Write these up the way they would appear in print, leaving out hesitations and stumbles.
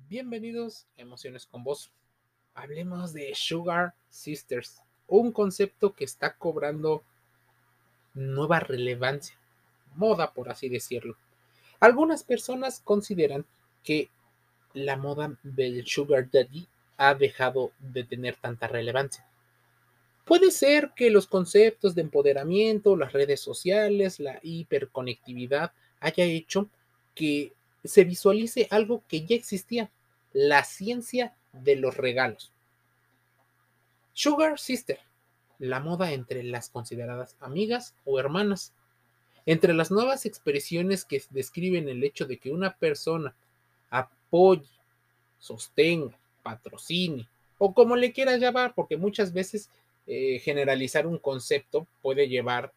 Bienvenidos a Emociones con Vos. Hablemos de Sugar Sisters, un concepto que está cobrando nueva relevancia, moda por así decirlo. Algunas personas consideran que la moda del Sugar Daddy ha dejado de tener tanta relevancia. Puede ser que los conceptos de empoderamiento, las redes sociales, la hiperconectividad haya hecho que se visualice algo que ya existía, la ciencia de los regalos. Sugar Sister, la moda entre las consideradas amigas o hermanas. Entre las nuevas expresiones que describen el hecho de que una persona apoye, sostenga, patrocine o como le quieras llamar, porque muchas veces generalizar un concepto puede llevar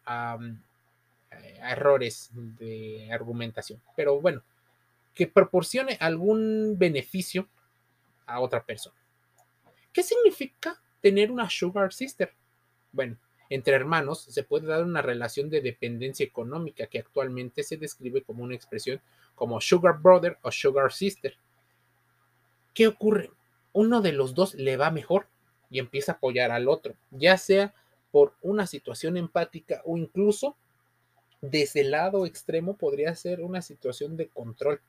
a errores de argumentación. Pero bueno, que proporcione algún beneficio a otra persona. ¿Qué significa tener una sugar sister? Bueno, entre hermanos se puede dar una relación de dependencia económica que actualmente se describe como una expresión como sugar brother o sugar sister. ¿Qué ocurre? Uno de los dos le va mejor y empieza a apoyar al otro, ya sea por una situación empática o incluso desde el lado extremo podría ser una situación de control.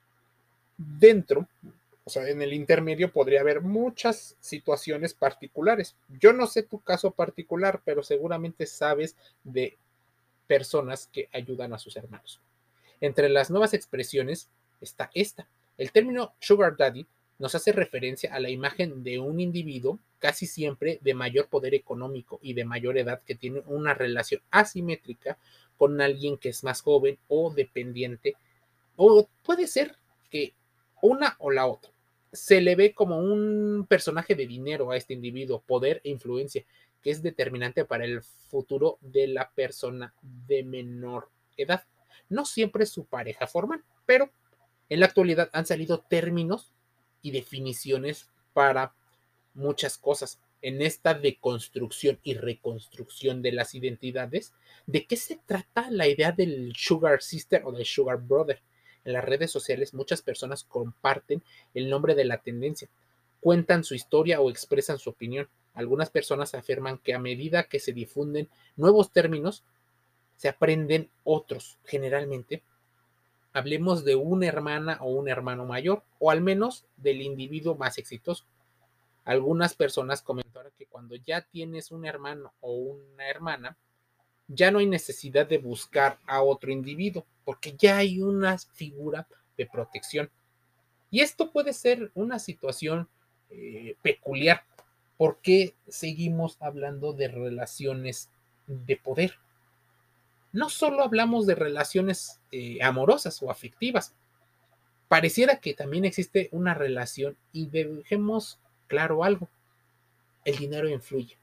Dentro, o sea, en el intermedio podría haber muchas situaciones particulares. Yo no sé tu caso particular, pero seguramente sabes de personas que ayudan a sus hermanos. Entre las nuevas expresiones está esta. El término sugar daddy nos hace referencia a la imagen de un individuo casi siempre de mayor poder económico y de mayor edad que tiene una relación asimétrica con alguien que es más joven o dependiente, o puede ser que una o la otra. Se le ve como un personaje de dinero a este individuo, poder e influencia, que es determinante para el futuro de la persona de menor edad. No siempre es su pareja formal, pero en la actualidad han salido términos y definiciones para muchas cosas. En esta deconstrucción y reconstrucción de las identidades, ¿de qué se trata la idea del sugar sister o del sugar brother? En las redes sociales muchas personas comparten el nombre de la tendencia, cuentan su historia o expresan su opinión. Algunas personas afirman que a medida que se difunden nuevos términos, se aprenden otros. Generalmente, hablemos de una hermana o un hermano mayor, o al menos del individuo más exitoso. Algunas personas comentaron que cuando ya tienes un hermano o una hermana, ya no hay necesidad de buscar a otro individuo, porque ya hay una figura de protección. Y esto puede ser una situación peculiar, porque seguimos hablando de relaciones de poder. No solo hablamos de relaciones amorosas o afectivas, pareciera que también existe una relación y dejemos claro algo, el dinero influye.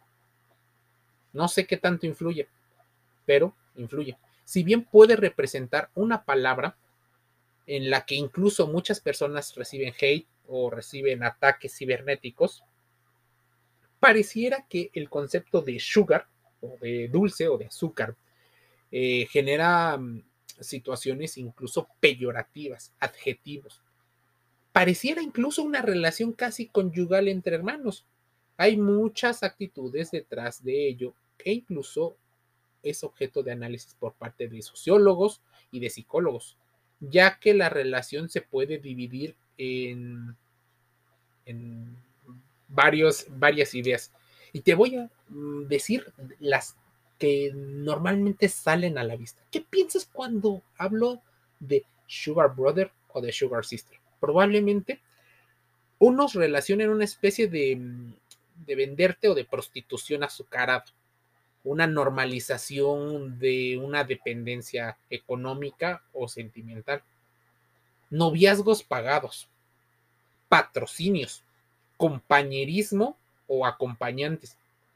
No sé qué tanto influye, pero influye. Si bien puede representar una palabra en la que incluso muchas personas reciben hate o reciben ataques cibernéticos, pareciera que el concepto de sugar o de dulce o de azúcar genera situaciones incluso peyorativas, adjetivos. Pareciera incluso una relación casi conyugal entre hermanos. Hay muchas actitudes detrás de ello e incluso es objeto de análisis por parte de sociólogos y de psicólogos, ya que la relación se puede dividir en varias ideas. Y te voy a decir las que normalmente salen a la vista. ¿Qué piensas cuando hablo de Sugar Brother o de Sugar Sister? Probablemente unos relacionen una especie de venderte o de prostitución azucarada, una normalización de una dependencia económica o sentimental, noviazgos pagados, patrocinios, compañerismo o acompañantes,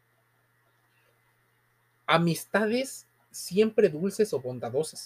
amistades siempre dulces o bondadosas,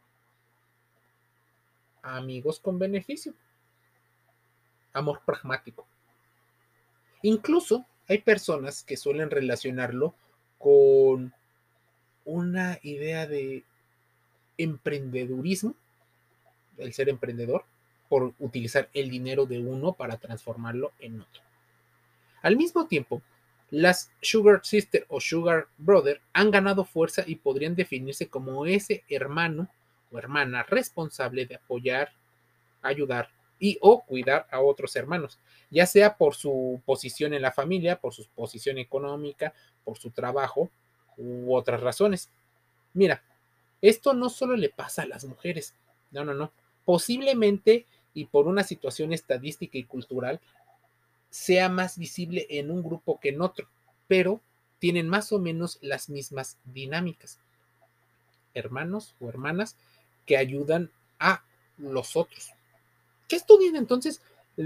amigos con beneficio, amor pragmático. Incluso hay personas que suelen relacionarlo con una idea de emprendedurismo, el ser emprendedor, por utilizar el dinero de uno para transformarlo en otro. Al mismo tiempo, las Sugar Sister o Sugar Brother han ganado fuerza y podrían definirse como ese hermano o hermana responsable de apoyar, ayudar y o cuidar a otros hermanos, ya sea por su posición en la familia, por su posición económica, por su trabajo u otras razones. Mira, esto no solo le pasa a las mujeres, no, no, no. Posiblemente y por una situación estadística y cultural sea más visible en un grupo que en otro, pero tienen más o menos las mismas dinámicas. Hermanos o hermanas que ayudan a los otros. ¿Qué estudian entonces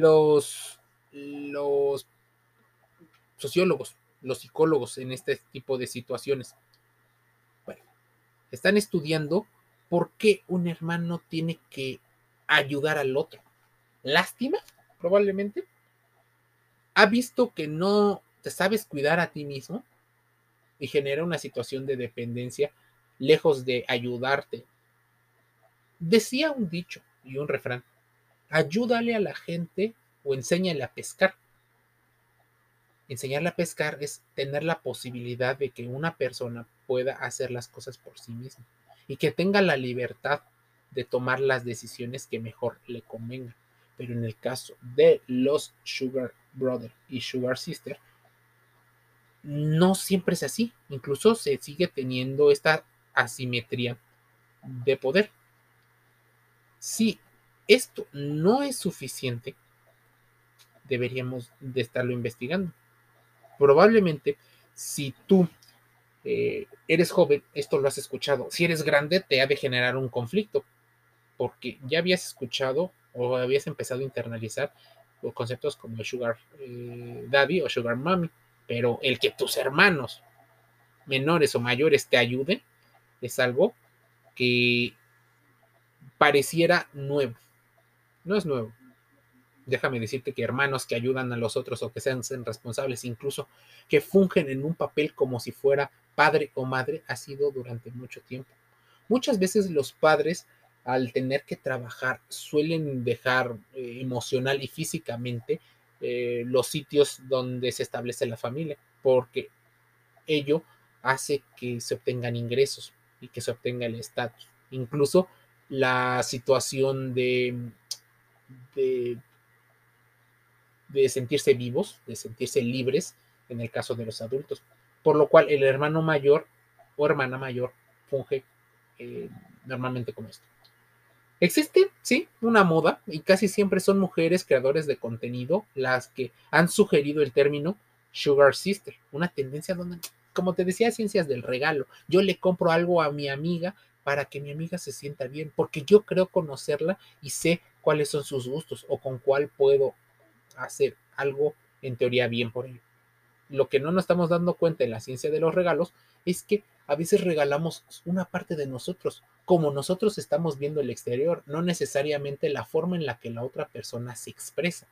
los sociólogos, los psicólogos en este tipo de situaciones? Bueno, están estudiando por qué un hermano tiene que ayudar al otro. ¿Lástima? Probablemente. ¿Ha visto que no te sabes cuidar a ti mismo y genera una situación de dependencia lejos de ayudarte? Decía un dicho y un refrán: ayúdale a la gente o enséñale a pescar. Enseñarle a pescar es tener la posibilidad de que una persona pueda hacer las cosas por sí misma y que tenga la libertad de tomar las decisiones que mejor le convengan. Pero en el caso de los Sugar Brother y Sugar Sister, no siempre es así. Incluso se sigue teniendo esta asimetría de poder. Si esto no es suficiente, deberíamos de estarlo investigando. Probablemente, si tú eres joven, esto lo has escuchado. Si eres grande, te ha de generar un conflicto, porque ya habías escuchado o habías empezado a internalizar los conceptos como Sugar Daddy o Sugar Mommy, pero el que tus hermanos menores o mayores te ayuden es algo que pareciera nuevo. No es nuevo. Déjame decirte que hermanos que ayudan a los otros o que sean responsables, incluso que fungen en un papel como si fuera padre o madre, ha sido durante mucho tiempo. Muchas veces los padres, al tener que trabajar, suelen dejar emocional y físicamente los sitios donde se establece la familia, porque ello hace que se obtengan ingresos y que se obtenga el estatus. Incluso la situación de, de sentirse vivos, de sentirse libres en el caso de los adultos. Por lo cual el hermano mayor o hermana mayor funge eh, normalmente como esto. Existe, sí, una moda y casi siempre son mujeres creadores de contenido las que han sugerido el término Sugar Sister, una tendencia donde, como te decía, ciencias del regalo. Yo le compro algo a mi amiga para que mi amiga se sienta bien, porque yo creo conocerla y sé cuáles son sus gustos o con cuál puedo hacer algo en teoría bien por él. Lo que no nos estamos dando cuenta en la ciencia de los regalos es que a veces regalamos una parte de nosotros, como nosotros estamos viendo el exterior, no necesariamente la forma en la que la otra persona se expresa.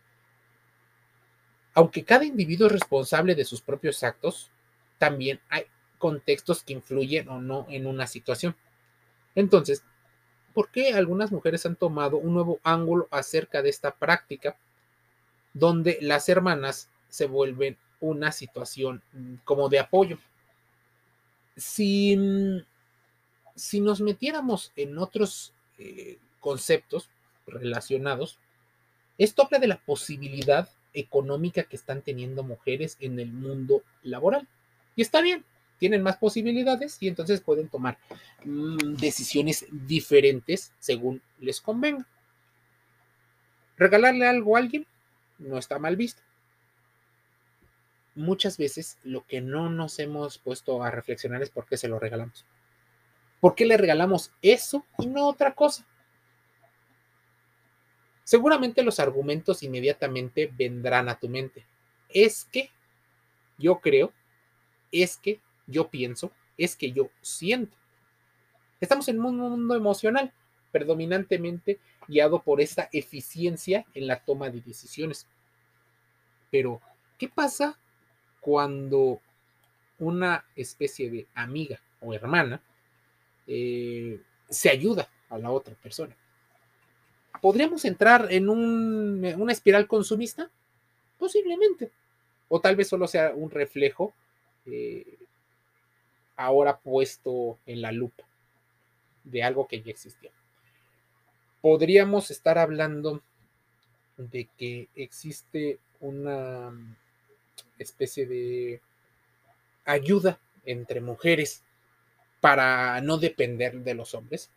Aunque cada individuo es responsable de sus propios actos, también hay contextos que influyen o no en una situación. Entonces, ¿por qué algunas mujeres han tomado un nuevo ángulo acerca de esta práctica donde las hermanas se vuelven una situación como de apoyo? Si, si nos metiéramos en otros conceptos relacionados, esto habla de la posibilidad económica que están teniendo mujeres en el mundo laboral. Y está bien, tienen más posibilidades y entonces pueden tomar decisiones diferentes según les convenga. Regalarle algo a alguien no está mal visto. Muchas veces lo que no nos hemos puesto a reflexionar es por qué se lo regalamos. ¿Por qué le regalamos eso y no otra cosa? Seguramente los argumentos inmediatamente vendrán a tu mente. Es que yo creo, es que yo pienso, es que yo siento. Estamos en un mundo emocional, predominantemente guiado por esta eficiencia en la toma de decisiones. Pero, ¿qué pasa cuando una especie de amiga o hermana se ayuda a la otra persona? ¿Podríamos entrar en una espiral consumista? Posiblemente. O tal vez solo sea un reflejo eh, ahora puesto en la lupa de algo que ya existía. Podríamos estar hablando de que existe una especie de ayuda entre mujeres para no depender de los hombres.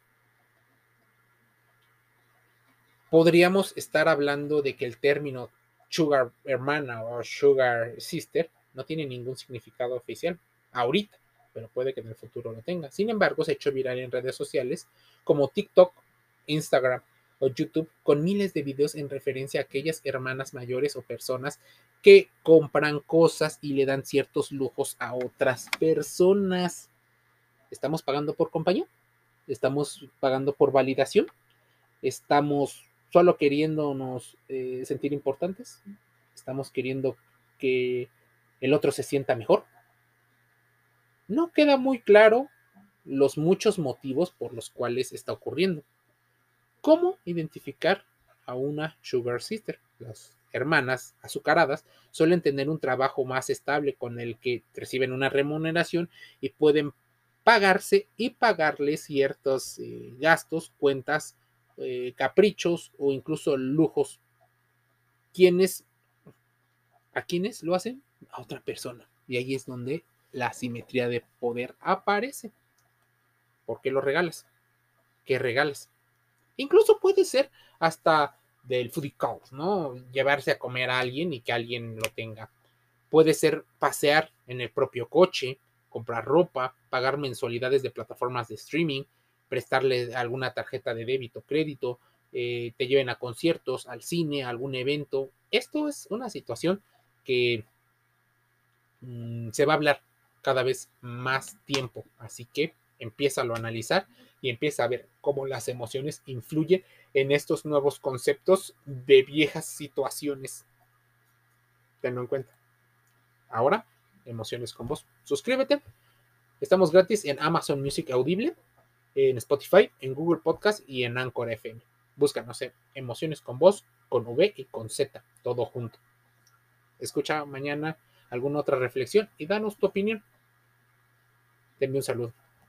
Podríamos estar hablando de que el término sugar hermana o sugar sister no tiene ningún significado oficial ahorita, pero puede que en el futuro lo tenga. Sin embargo, se ha hecho viral en redes sociales como TikTok, Instagram o YouTube con miles de videos en referencia a aquellas hermanas mayores o personas que compran cosas y le dan ciertos lujos a otras personas. ¿Estamos pagando por compañía? ¿Estamos pagando por validación? ¿Estamos solo queriéndonos sentir importantes? ¿Estamos queriendo que el otro se sienta mejor? No queda muy claro los muchos motivos por los cuales está ocurriendo. ¿Cómo identificar a una sugar sister? Las hermanas azucaradas suelen tener un trabajo más estable con el que reciben una remuneración y pueden pagarse y pagarle ciertos gastos, cuentas, caprichos o incluso lujos. ¿Quiénes, ¿A quiénes lo hacen? A otra persona. Y ahí es donde la asimetría de poder aparece. ¿Por qué lo regalas? ¿Qué regalas? Incluso puede ser hasta del foodie call, ¿no? Llevarse a comer a alguien y que alguien lo tenga. Puede ser pasear en el propio coche, comprar ropa, pagar mensualidades de plataformas de streaming, prestarle alguna tarjeta de débito, crédito, te lleven a conciertos, al cine, a algún evento. Esto es una situación que se va a hablar cada vez más tiempo, así que empiézalo a analizar y empieza a ver cómo las emociones influyen en estos nuevos conceptos de viejas situaciones. Tenlo en cuenta. Ahora, emociones con vos. Suscríbete. Estamos gratis en Amazon Music Audible, en Spotify, en Google Podcast y en Anchor FM. Búscanos en Emociones con Voz, con V y con Z, todo junto. Escucha mañana alguna otra reflexión y danos tu opinión. Te envío un saludo.